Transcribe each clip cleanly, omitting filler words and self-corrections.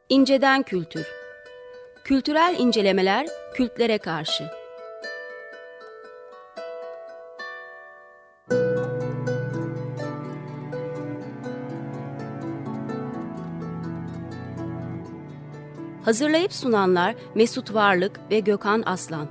İnceden Kültür. Kültürel incelemeler kültlere karşı. Hazırlayıp sunanlar Mesut Varlık ve Gökhan Aslan.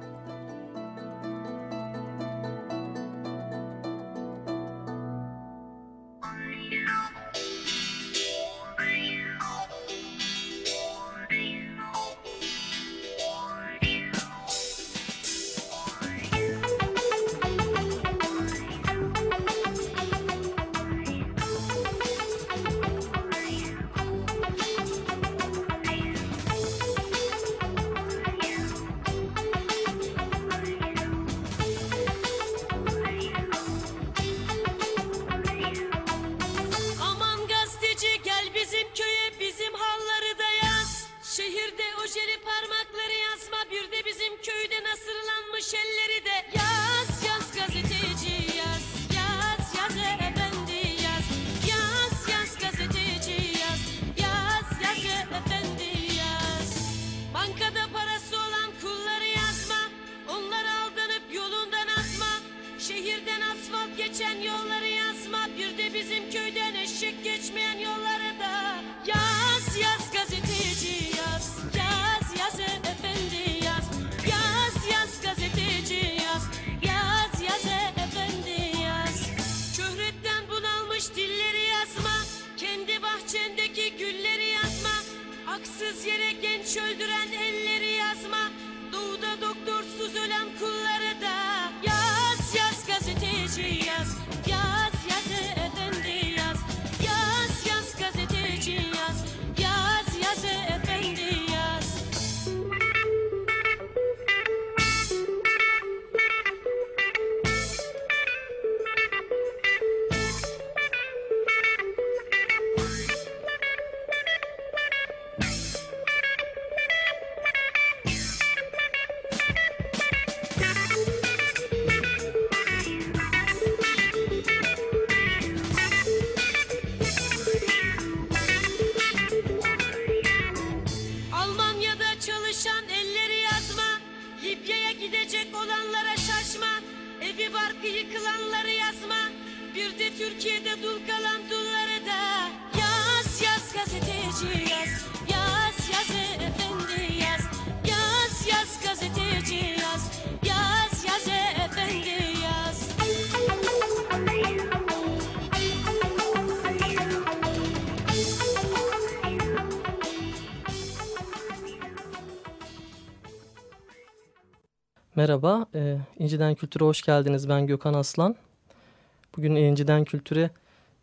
Merhaba, İnciden Kültür'e hoş geldiniz. Ben Gökhan Aslan. Bugün İnciden Kültür'e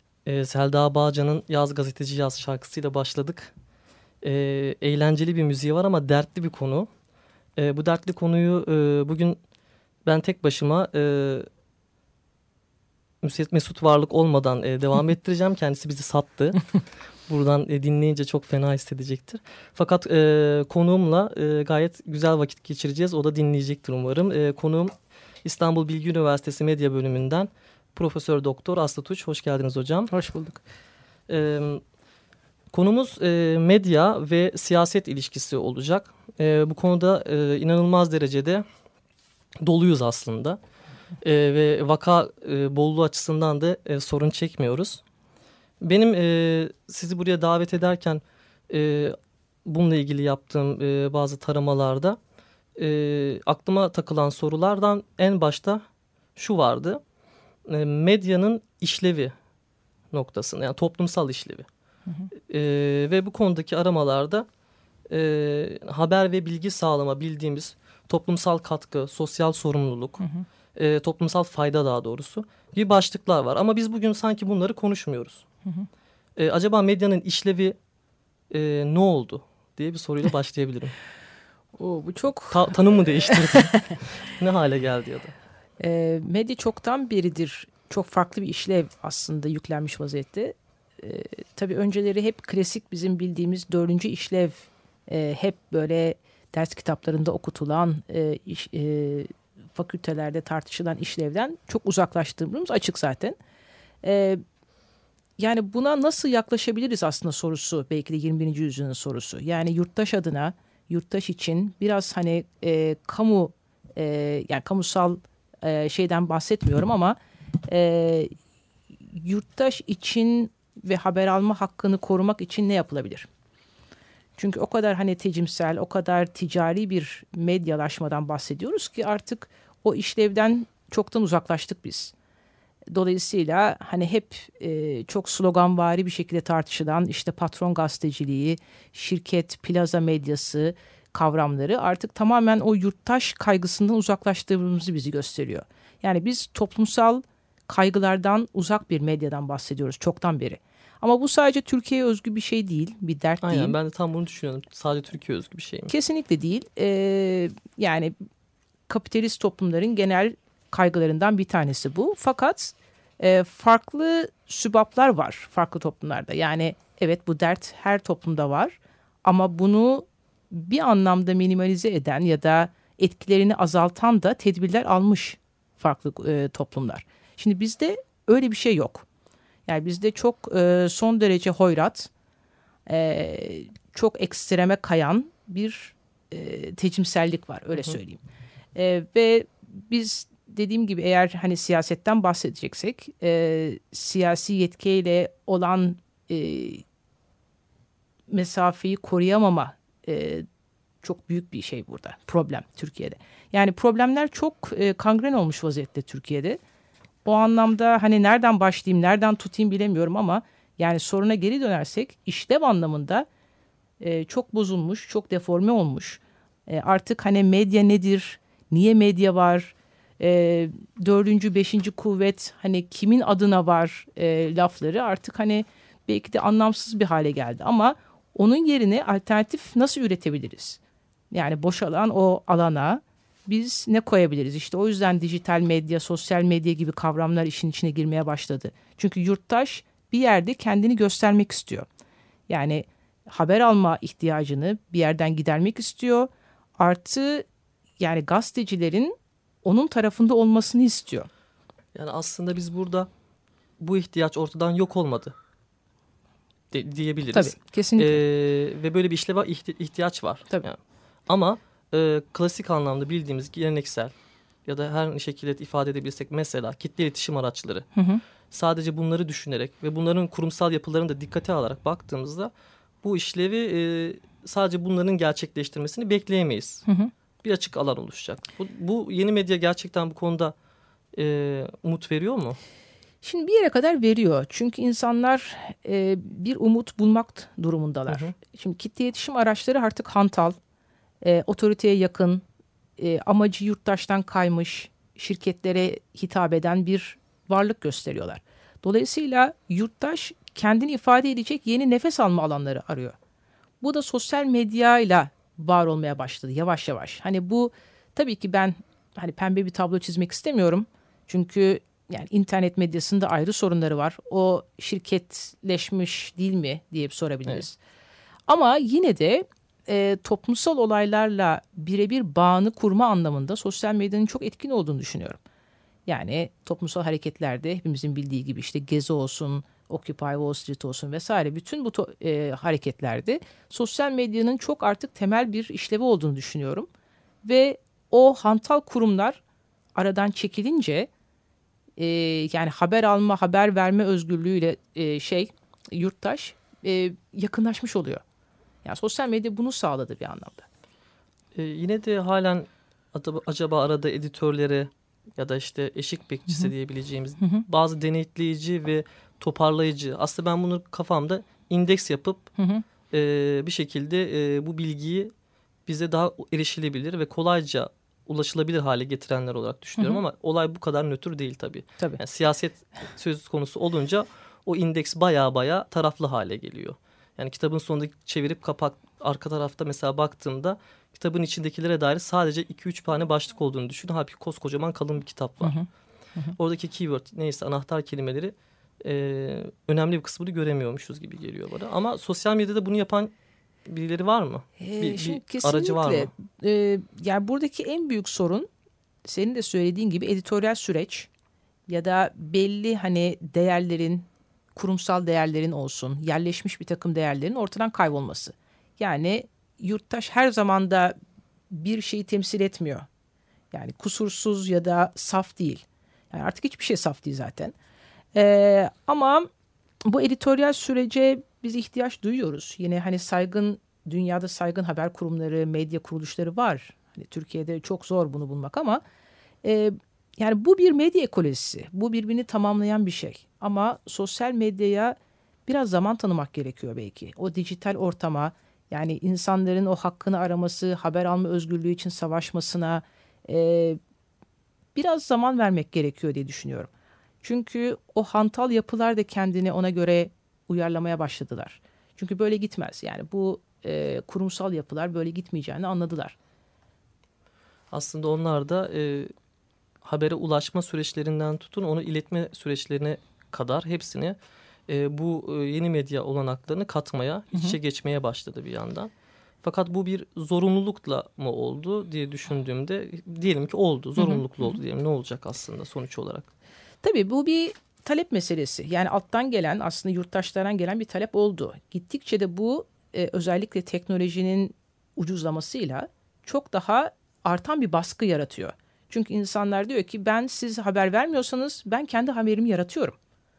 Selda Bağcan'ın Yaz Gazeteci Yaz şarkısıyla başladık. Eğlenceli bir müziği var ama dertli bir konu. Bu dertli konuyu bugün ben tek başıma Mesut Varlık olmadan devam ettireceğim. Kendisi bizi sattı. Buradan dinleyince çok fena hissedecektir. Fakat konuğumla gayet güzel vakit geçireceğiz. O da dinleyecektir umarım. Konuğum İstanbul Bilgi Üniversitesi Medya Bölümünden Profesör Doktor Aslı Tuç. Hoş geldiniz hocam. Hoş bulduk. Konumuz medya ve siyaset ilişkisi olacak. Bu konuda inanılmaz derecede doluyuz aslında. Ve vaka bolluğu açısından da sorun çekmiyoruz. Benim sizi buraya davet ederken bununla ilgili yaptığım bazı taramalarda aklıma takılan sorulardan en başta şu vardı. Medyanın işlevi noktasında, yani toplumsal işlevi. Hı hı. Ve bu konudaki aramalarda haber ve bilgi sağlama bildiğimiz toplumsal katkı, sosyal sorumluluk, hı hı. Toplumsal fayda daha doğrusu gibi başlıklar var. Ama biz bugün sanki bunları konuşmuyoruz. Hı hı. Acaba medyanın işlevi ne oldu diye bir soruyla başlayabilirim. Bu çok... Tanım mı değiştirdi? Ne hale geldi ya da? Medya çoktan beridir çok farklı bir işlev aslında yüklenmiş vaziyette. Tabii önceleri hep klasik bizim bildiğimiz 4. işlev, hep böyle ders kitaplarında okutulan, fakültelerde tartışılan işlevden çok uzaklaştığımız açık zaten. yani buna nasıl yaklaşabiliriz aslında sorusu belki de 21. yüzyılın sorusu. Yani yurttaş adına, yurttaş için biraz hani kamu yani kamusal şeyden bahsetmiyorum ama yurttaş için ve haber alma hakkını korumak için ne yapılabilir? Çünkü o kadar hani tecimsel, o kadar ticari bir medyalaşmadan bahsediyoruz ki artık o işlevden çoktan uzaklaştık biz. Dolayısıyla hani hep çok sloganvari bir şekilde tartışılan işte patron gazeteciliği, şirket, plaza medyası kavramları artık tamamen o yurttaş kaygısından uzaklaştığımızı bizi gösteriyor. Yani biz toplumsal kaygılardan uzak bir medyadan bahsediyoruz çoktan beri. Ama bu sadece Türkiye'ye özgü bir şey değil, bir dert değil. Aynen, ben de tam bunu düşünüyorum. Sadece Türkiye özgü bir şey mi? Kesinlikle değil. Yani kapitalist toplumların genel kaygılarından bir tanesi bu. Fakat farklı sübaplar var farklı toplumlarda. Yani evet, bu dert her toplumda var. Ama bunu bir anlamda minimalize eden ya da etkilerini azaltan da tedbirler almış farklı toplumlar. Şimdi bizde öyle bir şey yok. Yani bizde çok son derece hoyrat, çok ekstreme kayan bir tecimsellik var, öyle söyleyeyim. Ve biz dediğim gibi eğer hani siyasetten bahsedeceksek siyasi yetkiyle olan mesafeyi koruyamama çok büyük bir şey burada, problem Türkiye'de. Yani problemler çok kangren olmuş vaziyette Türkiye'de. O anlamda hani nereden başlayayım, nereden tutayım bilemiyorum ama yani soruna geri dönersek işlev anlamında çok bozulmuş, çok deforme olmuş. Artık hani medya nedir, niye medya var, dördüncü, beşinci kuvvet hani kimin adına var lafları artık hani belki de anlamsız bir hale geldi. Ama onun yerine alternatif nasıl üretebiliriz? Yani boşalan o alana biz ne koyabiliriz? İşte o yüzden dijital medya, sosyal medya gibi kavramlar işin içine girmeye başladı. Çünkü yurttaş bir yerde kendini göstermek istiyor. Yani haber alma ihtiyacını bir yerden gidermek istiyor. Artı yani gazetecilerin onun tarafında olmasını istiyor. Yani aslında biz burada bu ihtiyaç ortadan yok olmadı diyebiliriz. Tabii, kesinlikle. Ve böyle bir işleve ihtiyaç var. Tabii. Yani. Ama klasik anlamda bildiğimiz geleneksel ya da her şekilde ifade edebilirsek mesela kitle iletişim araçları. Hı hı. Sadece bunları düşünerek ve bunların kurumsal yapılarını da dikkate alarak baktığımızda bu işlevi sadece bunların gerçekleştirmesini bekleyemeyiz. Hı hı. Bir açık alan oluşacak. Bu yeni medya gerçekten bu konuda umut veriyor mu? Şimdi bir yere kadar veriyor. Çünkü insanlar bir umut bulmak durumundalar. Hı hı. Şimdi kitle iletişim araçları artık hantal, otoriteye yakın, amacı yurttaştan kaymış, şirketlere hitap eden bir varlık gösteriyorlar. Dolayısıyla yurttaş kendini ifade edecek yeni nefes alma alanları arıyor. Bu da sosyal medyayla var olmaya başladı yavaş yavaş. Hani bu tabii ki ben hani pembe bir tablo çizmek istemiyorum. Çünkü yani internet medyasında ayrı sorunları var. O şirketleşmiş değil mi diye sorabiliriz. Evet. Ama yine de toplumsal olaylarla birebir bağını kurma anlamında sosyal medyanın çok etkin olduğunu düşünüyorum. Yani toplumsal hareketlerde hepimizin bildiği gibi işte Gezi olsun, Occupy Wall Street olsun vesaire bütün bu hareketlerde sosyal medyanın çok artık temel bir işlevi olduğunu düşünüyorum. Ve o hantal kurumlar aradan çekilince yani haber alma, haber verme özgürlüğüyle yurttaş yakınlaşmış oluyor. Yani sosyal medya bunu sağladı bir anlamda. Yine de halen acaba arada editörlere ya da işte eşik bekçisi hı hı. diyebileceğimiz hı hı. bazı denetleyici ve toparlayıcı. Aslında ben bunu kafamda indeks yapıp hı hı. Bir şekilde bu bilgiyi bize daha erişilebilir ve kolayca ulaşılabilir hale getirenler olarak düşünüyorum. Hı hı. Ama olay bu kadar nötr değil tabii. Yani siyaset söz konusu olunca o indeks baya taraflı hale geliyor. Yani kitabın sonunda çevirip arka tarafta mesela baktığımda kitabın içindekilere dair sadece 2-3 tane başlık olduğunu düşün. Halbuki koskocaman kalın bir kitap var. Hı hı. Oradaki keyword neyse anahtar kelimeleri önemli bir kısmını göremiyormuşuz gibi geliyor bana. Ama sosyal medyada bunu yapan birileri var mı? Bir aracı var mı? Yani buradaki en büyük sorun senin de söylediğin gibi editoryal süreç ya da belli hani değerlerin, kurumsal değerlerin olsun, yerleşmiş bir takım değerlerin ortadan kaybolması. Yani yurttaş her zaman da bir şeyi temsil etmiyor. Yani kusursuz ya da saf değil. Yani artık hiçbir şey saf değil zaten. Ama bu editoryal sürece biz ihtiyaç duyuyoruz. Yine hani dünyada saygın haber kurumları, medya kuruluşları var. Hani Türkiye'de çok zor bunu bulmak ama yani bu bir medya ekolojisi. Bu birbirini tamamlayan bir şey. Ama sosyal medyaya biraz zaman tanımak gerekiyor belki. O dijital ortama, yani insanların o hakkını araması, haber alma özgürlüğü için savaşmasına biraz zaman vermek gerekiyor diye düşünüyorum. Çünkü o hantal yapılar da kendini ona göre uyarlamaya başladılar. Çünkü böyle gitmez. Yani bu kurumsal yapılar böyle gitmeyeceğini anladılar. Aslında onlar da habere ulaşma süreçlerinden tutun onu iletme süreçlerine kadar hepsini bu yeni medya olanaklarını katmaya, iç içe geçmeye başladı bir yandan. Fakat bu bir zorunlulukla mı oldu diye düşündüğümde diyelim ki oldu, zorunlulukla oldu diyelim. Ne olacak aslında sonuç olarak? Tabii bu bir talep meselesi. Yani alttan gelen, aslında yurttaşlardan gelen bir talep oldu. Gittikçe de bu özellikle teknolojinin ucuzlamasıyla çok daha artan bir baskı yaratıyor. Çünkü insanlar diyor ki siz haber vermiyorsanız ben kendi haberimi yaratıyorum.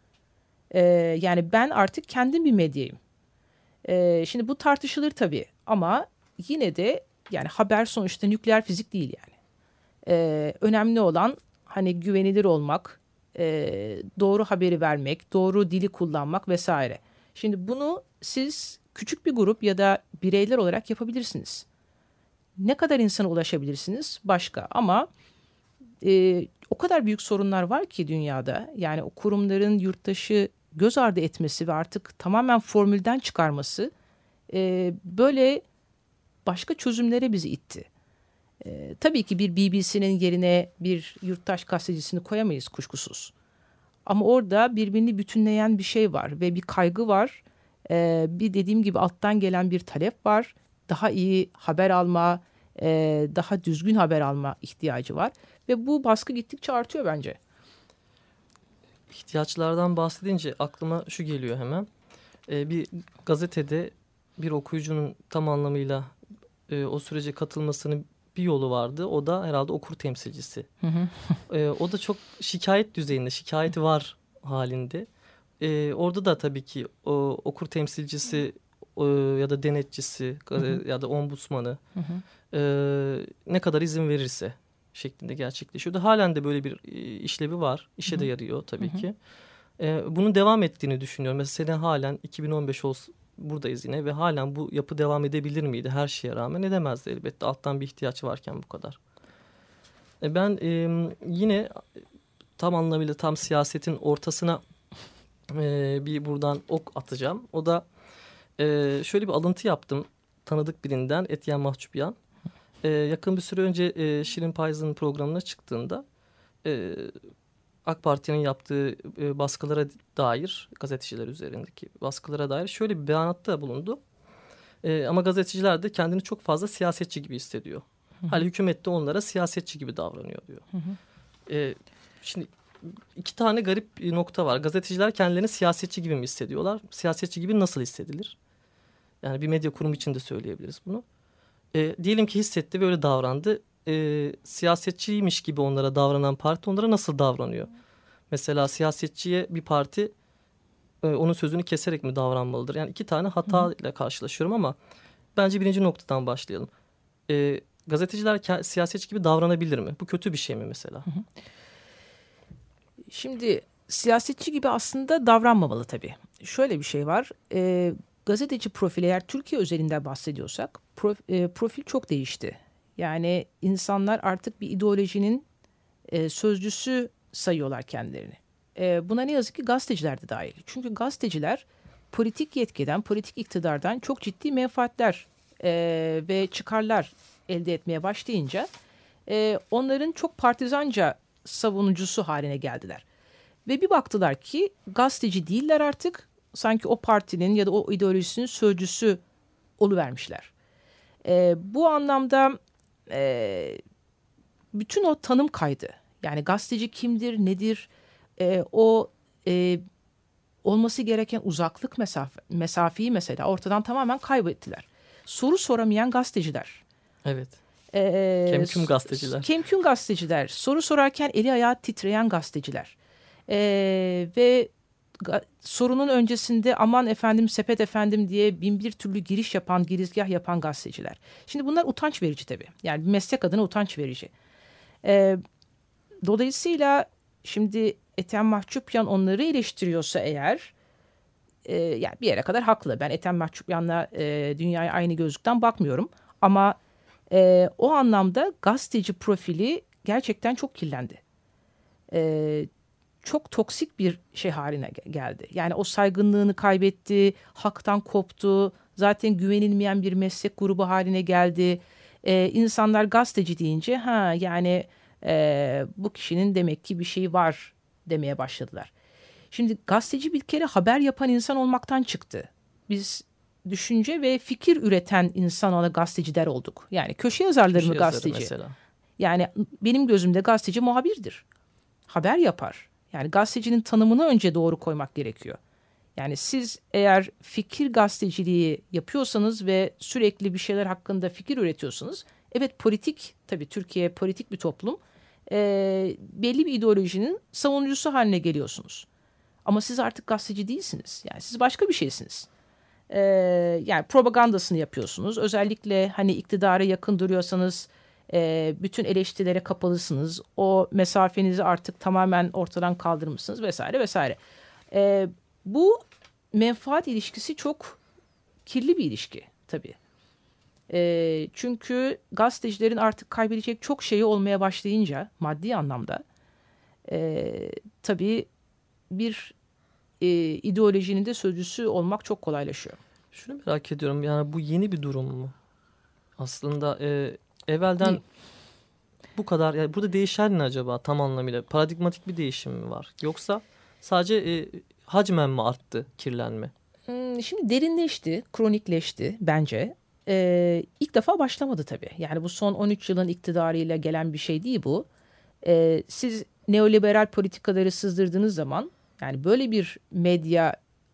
Yani ben artık kendim bir medyayım. Şimdi bu tartışılır tabii ama yine de yani haber sonuçta nükleer fizik değil yani. Önemli olan hani güvenilir olmak, doğru haberi vermek, doğru dili kullanmak vesaire. Şimdi bunu siz küçük bir grup ya da bireyler olarak yapabilirsiniz. Ne kadar insana ulaşabilirsiniz başka ama o kadar büyük sorunlar var ki dünyada. Yani o kurumların yurttaşı göz ardı etmesi ve artık tamamen formülden çıkarması böyle başka çözümlere bizi itti. Tabii ki bir BBC'nin yerine bir yurttaş gazetecisini koyamayız kuşkusuz. Ama orada birbirini bütünleyen bir şey var ve bir kaygı var. Bir dediğim gibi alttan gelen bir talep var. Daha iyi haber alma, daha düzgün haber alma ihtiyacı var. Ve bu baskı gittikçe artıyor bence. İhtiyaçlardan bahsedince aklıma şu geliyor hemen. Bir gazetede bir okuyucunun tam anlamıyla o sürece katılmasının bir yolu vardı. O da herhalde okur temsilcisi. O da çok şikayet düzeyinde, şikayeti var halinde. Orada da tabii ki o okur temsilcisi ya da denetçisi ya da ombudsmanı ne kadar izin verirse şeklinde gerçekleşiyordu. Halen de böyle bir işlevi var. İşe de yarıyor tabii ki. Bunun devam ettiğini düşünüyorum. Mesela sene halen 2015 buradayız yine ve halen bu yapı devam edebilir miydi her şeye rağmen? Edemezdi elbette. Alttan bir ihtiyaç varken bu kadar. Ben yine tam anlamıyla tam siyasetin ortasına bir buradan ok atacağım. O da şöyle bir alıntı yaptım tanıdık birinden, Etiyen Mahçupyan. Yakın bir süre önce Şirin Payız'ın programına çıktığında AK Parti'nin yaptığı baskılara dair, gazeteciler üzerindeki baskılara dair şöyle bir beyanatta bulundu. Ama gazeteciler de kendini çok fazla siyasetçi gibi hissediyor. Hali hükümet de onlara siyasetçi gibi davranıyor diyor. Şimdi iki tane garip bir nokta var. Gazeteciler kendilerini siyasetçi gibi mi hissediyorlar? Siyasetçi gibi nasıl hissedilir? Yani bir medya kurumu için de söyleyebiliriz bunu. Diyelim ki hissetti ve öyle davrandı. Siyasetçiymiş gibi onlara davranan parti onlara nasıl davranıyor? Mesela siyasetçiye bir parti onun sözünü keserek mi davranmalıdır? Yani iki tane hata ile karşılaşıyorum ama bence birinci noktadan başlayalım. Gazeteciler siyasetçi gibi davranabilir mi? Bu kötü bir şey mi mesela? Şimdi siyasetçi gibi aslında davranmamalı tabii. Şöyle bir şey var. Gazeteci profili, eğer Türkiye özelinden bahsediyorsak profil çok değişti. Yani insanlar artık bir ideolojinin sözcüsü sayıyorlar kendilerini. Buna ne yazık ki gazeteciler de dahil. Çünkü gazeteciler politik yetkiden, politik iktidardan çok ciddi menfaatler ve çıkarlar elde etmeye başlayınca onların çok partizanca savunucusu haline geldiler. Ve bir baktılar ki gazeteci değiller artık, sanki o partinin ya da o ideolojisinin sözcüsü oluvermişler. Bu anlamda bütün o tanım kaydı. Yani gazeteci kimdir, nedir? O olması gereken uzaklık mesafeyi mesela ortadan tamamen kaybettiler. Soru soramayan gazeteciler. Evet. Kemküm gazeteciler. Kemküm gazeteciler. Soru sorarken eli ayağı titreyen gazeteciler. Ve sorunun öncesinde aman efendim sepet efendim diye bin bir türlü girizgah yapan gazeteciler. Şimdi bunlar utanç verici tabii. Yani bir meslek adına utanç verici. Dolayısıyla şimdi Ethem Mahçupyan onları eleştiriyorsa eğer yani bir yere kadar haklı. Ben Ethem Mahçupyan'la dünyaya aynı gözlükten bakmıyorum. Ama o anlamda gazeteci profili gerçekten çok kirlendi. Çok toksik bir şey haline geldi. Yani o saygınlığını kaybetti, haktan koptu, zaten güvenilmeyen bir meslek grubu haline geldi. İnsanlar gazeteci deyince yani bu kişinin demek ki bir şeyi var demeye başladılar. Şimdi gazeteci bir kere haber yapan insan olmaktan çıktı. Biz düşünce ve fikir üreten insan ona gazeteciler olduk. Yani köşe yazarları mı gazeteci? Mesela. Yani benim gözümde gazeteci muhabirdir. Haber yapar. Yani gazetecinin tanımını önce doğru koymak gerekiyor. Yani siz eğer fikir gazeteciliği yapıyorsanız ve sürekli bir şeyler hakkında fikir üretiyorsanız, evet politik, tabii Türkiye politik bir toplum, belli bir ideolojinin savunucusu haline geliyorsunuz. Ama siz artık gazeteci değilsiniz. Yani siz başka bir şeysiniz. Yani propagandasını yapıyorsunuz. Özellikle hani iktidara yakın duruyorsanız bütün eleştirilere kapalısınız. O mesafenizi artık tamamen ortadan kaldırmışsınız vesaire vesaire. Bu menfaat ilişkisi çok kirli bir ilişki tabii. Çünkü gazetecilerin artık kaybedecek çok şeyi olmaya başlayınca maddi anlamda tabii bir ideolojinin de sözcüsü olmak çok kolaylaşıyor. Şunu merak ediyorum, yani bu yeni bir durum mu? Aslında evvelden değil. Bu kadar, yani burada değişen ne acaba tam anlamıyla? Paradigmatik bir değişim mi var? Yoksa sadece hacmen mi arttı kirlenme? Şimdi derinleşti, kronikleşti bence. İlk defa başlamadı tabii. Yani bu son 13 yılın iktidarıyla gelen bir şey değil bu. Siz neoliberal politikaları sızdırdığınız zaman, yani böyle bir medya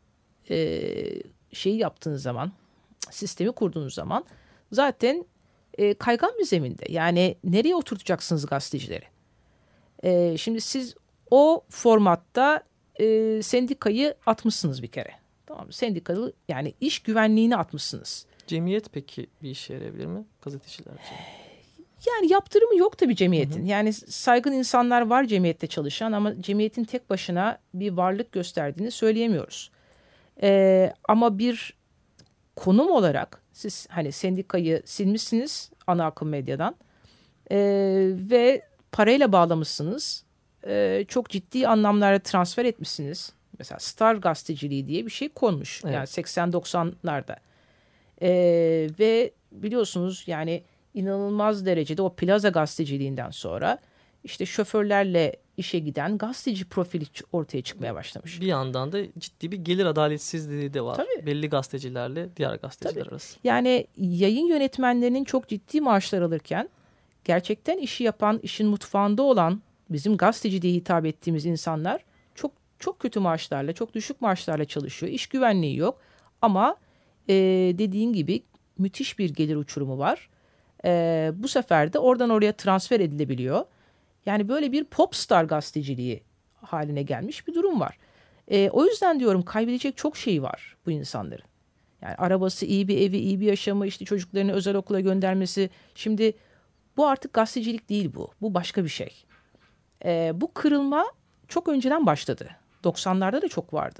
şeyi yaptığınız zaman, sistemi kurduğunuz zaman zaten kaygan bir zeminde. Yani nereye oturtacaksınız gazetecileri? Şimdi siz o formatta sendikayı atmışsınız bir kere. Tamam mı? Sendikalı, yani iş güvenliğini atmışsınız. Cemiyet peki bir işe yarayabilir mi gazeteciler için? Yani yaptırımı yok tabii cemiyetin. Hı hı. Yani saygın insanlar var cemiyette çalışan ama cemiyetin tek başına bir varlık gösterdiğini söyleyemiyoruz. Ama bir konum olarak siz hani sendikayı silmişsiniz ana akım medyadan ve parayla bağlamışsınız. Çok ciddi anlamlara transfer etmişsiniz. Mesela Star gazeteciliği diye bir şey konmuş. Evet. Yani 80-90'larda. Ve biliyorsunuz yani inanılmaz derecede o plaza gazeteciliğinden sonra işte şoförlerle işe giden gazeteci profili ortaya çıkmaya başlamış. Bir yandan da ciddi bir gelir adaletsizliği de var. Tabii. Belli gazetecilerle diğer gazeteciler arasında. Yani yayın yönetmenlerinin çok ciddi maaşlar alırken gerçekten işi yapan, işin mutfağında olan bizim gazeteci diye hitap ettiğimiz insanlar çok çok kötü maaşlarla, çok düşük maaşlarla çalışıyor. İş güvenliği yok ama dediğin gibi müthiş bir gelir uçurumu var. Bu sefer de oradan oraya transfer edilebiliyor. Yani böyle bir popstar gazeteciliği haline gelmiş bir durum var. O yüzden diyorum kaybedecek çok şey var bu insanların. Yani arabası, iyi bir evi, iyi bir yaşamı, işte çocuklarını özel okula göndermesi. Şimdi bu artık gazetecilik değil bu. Bu başka bir şey. Bu kırılma çok önceden başladı. 90'larda da çok vardı.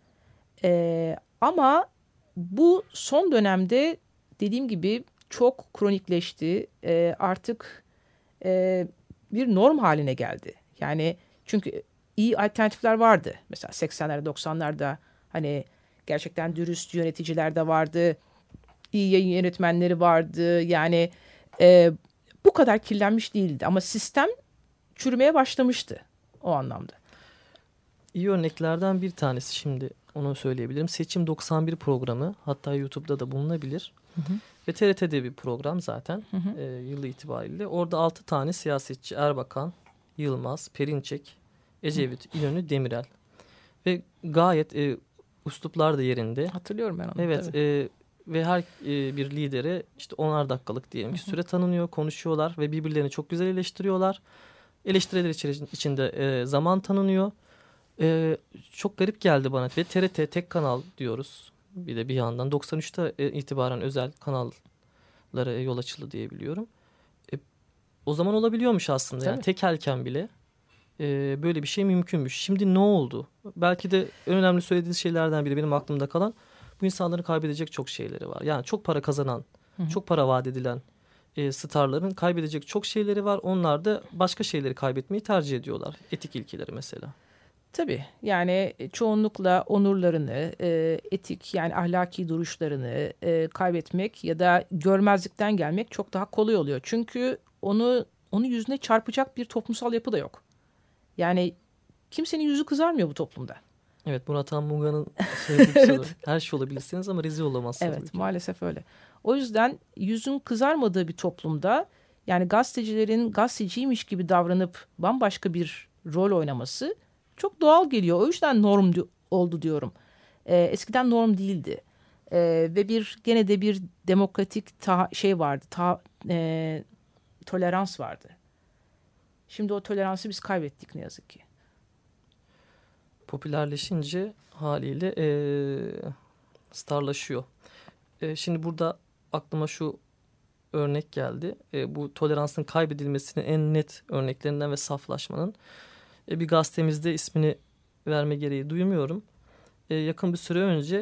Ama bu son dönemde dediğim gibi çok kronikleşti. Artık bir norm haline geldi. Yani çünkü iyi alternatifler vardı. Mesela 80'lerde 90'larda hani gerçekten dürüst yöneticiler de vardı. İyi yayın yönetmenleri vardı. Yani bu kadar kirlenmiş değildi. Ama sistem çürümeye başlamıştı o anlamda. İyi örneklerden bir tanesi şimdi onu söyleyebilirim. Seçim 91 programı, hatta YouTube'da da bulunabilir. Hı hı. Ve TRT'de bir program zaten yılı itibariyle. Orada 6 tane siyasetçi: Erbakan, Yılmaz, Perinçek, Ecevit, İnönü, Demirel. Ve gayet üsluplar da yerinde. Hatırlıyorum ben onu. Evet ve her bir lidere işte 10'ar dakikalık diyelim ki süre tanınıyor, konuşuyorlar ve birbirlerini çok güzel eleştiriyorlar. Eleştiriler içinde zaman tanınıyor. Çok garip geldi bana ve TRT tek kanal diyoruz. Bir yandan 93'te itibaren özel kanallara yol açıldı diye biliyorum. O zaman olabiliyormuş aslında. Yani tekelken bile böyle bir şey mümkünmüş. Şimdi ne oldu? Belki de en önemli söylediğiniz şeylerden biri benim aklımda kalan, bu insanların kaybedecek çok şeyleri var. Yani çok para kazanan, çok para vaat edilen starların kaybedecek çok şeyleri var. Onlar da başka şeyleri kaybetmeyi tercih ediyorlar. Etik ilkeleri mesela. Tabii yani çoğunlukla onurlarını, etik yani ahlaki duruşlarını kaybetmek ya da görmezlikten gelmek çok daha kolay oluyor. Çünkü onu yüzüne çarpacak bir toplumsal yapı da yok. Yani kimsenin yüzü kızarmıyor bu toplumda. Evet, Murat Anmunga'nın söylediği bir soru. Her şey olabilirsiniz ama rezil olamazsınız. Evet, maalesef öyle. O yüzden yüzün kızarmadığı bir toplumda yani gazetecilerin gazeteciymiş gibi davranıp bambaşka bir rol oynaması çok doğal geliyor. O yüzden norm oldu diyorum. Eskiden norm değildi. Ve gene de bir demokratik vardı. Tolerans vardı. Şimdi o toleransı biz kaybettik ne yazık ki. Popülerleşince haliyle starlaşıyor. Şimdi burada aklıma şu örnek geldi. Bu toleransın kaybedilmesinin en net örneklerinden ve saflaşmanın. Bir gazetemizde, ismini verme gereği duymuyorum, yakın bir süre önce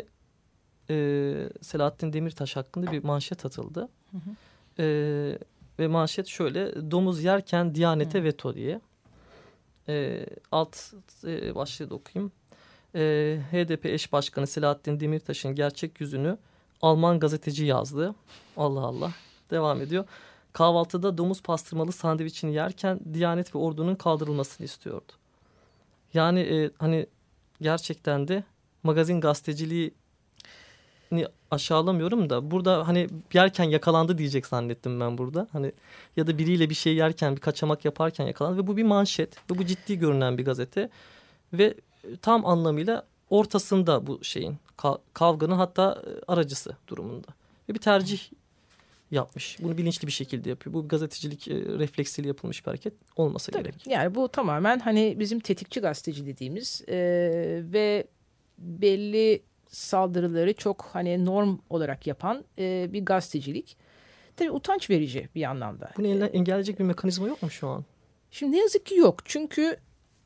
Selahattin Demirtaş hakkında bir manşet atıldı. Hı hı. Ve manşet şöyle: domuz yerken Diyanete veto diye. Alt başlığı da okuyayım. HDP eş başkanı Selahattin Demirtaş'ın gerçek yüzünü Alman gazeteci yazdı. Allah Allah. Devam ediyor. Kahvaltıda domuz pastırmalı sandviçini yerken Diyanet ve ordunun kaldırılmasını istiyordu. Yani hani gerçekten de magazin gazeteciliğini aşağılamıyorum da burada hani yerken yakalandı diyecek zannettim ben burada. Hani ya da biriyle bir şey yerken, bir kaçamak yaparken yakalandı ve bu bir manşet ve bu ciddi görünen bir gazete ve tam anlamıyla ortasında bu şeyin, kavganın hatta aracısı durumunda. Ve bir tercih yapmış. Bunu bilinçli bir şekilde yapıyor. Bu gazetecilik refleksiyle yapılmış bir hareket olmasa gerek. Yani bu tamamen hani bizim tetikçi gazeteci dediğimiz ve belli saldırıları çok hani norm olarak yapan bir gazetecilik. Tabii utanç verici bir anlamda. Bunu engelleyecek bir mekanizma yok mu şu an? Şimdi ne yazık ki yok. Çünkü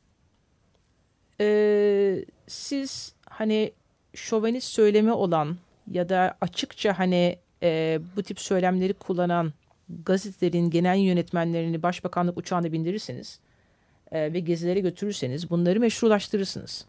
siz hani şovenist söylemi olan ya da açıkça hani bu tip söylemleri kullanan gazetelerin genel yönetmenlerini başbakanlık uçağına bindirirseniz ve gezilere götürürseniz bunları meşrulaştırırsınız.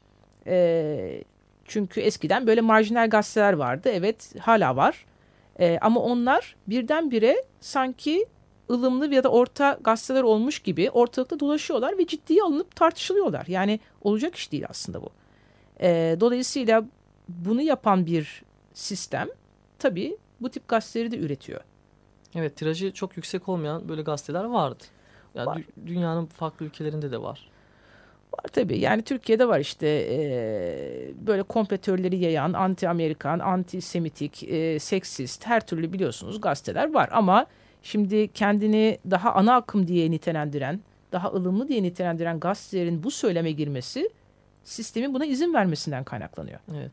Çünkü eskiden böyle marjinal gazeteler vardı. Evet, hala var. Ama onlar birdenbire sanki ılımlı ya da orta gazeteler olmuş gibi ortalıkta dolaşıyorlar ve ciddiye alınıp tartışılıyorlar. Yani olacak iş değil aslında bu. Dolayısıyla bunu yapan bir sistem tabii bu tip gazeteleri de üretiyor. Evet, tirajı çok yüksek olmayan böyle gazeteler vardı. Yani var. Dünyanın farklı ülkelerinde de var. Var tabii. Yani Türkiye'de var işte böyle komplo teorileri yayan, anti-Amerikan, anti-Semitik, seksist, her türlü biliyorsunuz gazeteler var. Ama şimdi kendini daha ana akım diye nitelendiren, daha ılımlı diye nitelendiren gazetelerin bu söyleme girmesi sistemin buna izin vermesinden kaynaklanıyor. Evet.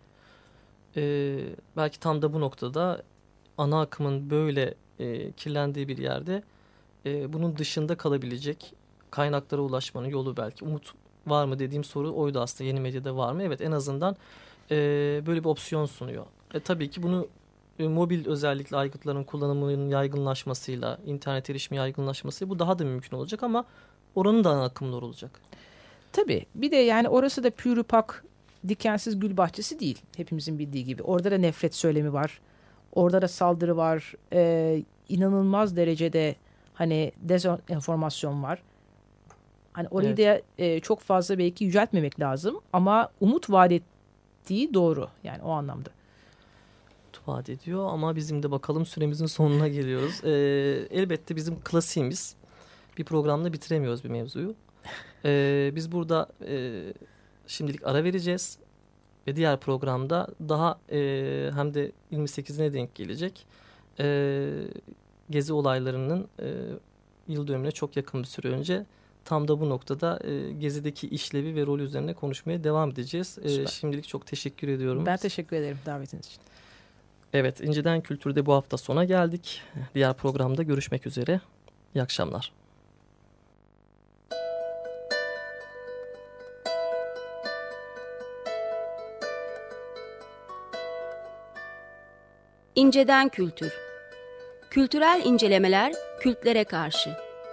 Belki tam da bu noktada ana akımın böyle kirlendiği bir yerde bunun dışında kalabilecek kaynaklara ulaşmanın yolu belki. Umut var mı dediğim soru oydu aslında. Yeni medyada var mı? Evet, en azından böyle bir opsiyon sunuyor. Tabii ki bunu mobil özellikle aygıtların kullanımının yaygınlaşmasıyla, internet erişimi yaygınlaşmasıyla bu daha da mümkün olacak ama oranın da ana akımlar olacak. Tabii. Bir de yani orası da pürüpak, dikensiz gül bahçesi değil. Hepimizin bildiği gibi. Orada da nefret söylemi var. Orada da saldırı var. İnanılmaz derecede hani dezenformasyon var. Hani orayı da çok fazla belki yüceltmemek lazım. Ama umut vaat ettiği doğru. Yani o anlamda. Umut vaat ediyor ama bizim de bakalım süremizin sonuna geliyoruz. Elbette bizim klasiğimiz. Bir programda bitiremiyoruz bir mevzuyu. Biz burada şimdilik ara vereceğiz. Ve diğer programda daha hem de 28'ine denk gelecek Gezi olaylarının yıl dönümüne çok yakın bir süre önce tam da bu noktada Gezi'deki işlevi ve rolü üzerine konuşmaya devam edeceğiz. Şimdilik çok teşekkür ediyorum. Ben teşekkür ederim davetiniz için. Evet, İnceden Kültür'de bu hafta sona geldik. Diğer programda görüşmek üzere. İyi akşamlar. İnceden Kültür. Kültürel incelemeler kültlere karşı.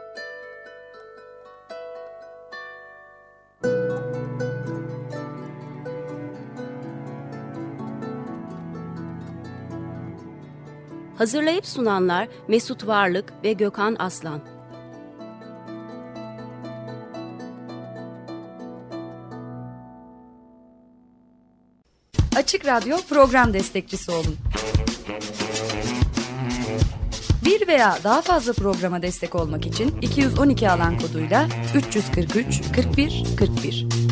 Hazırlayıp sunanlar Mesut Varlık ve Gökhan Aslan. Açık Radyo program destekçisi olun. Bir veya daha fazla programa destek olmak için 212 alan koduyla 343 41 41.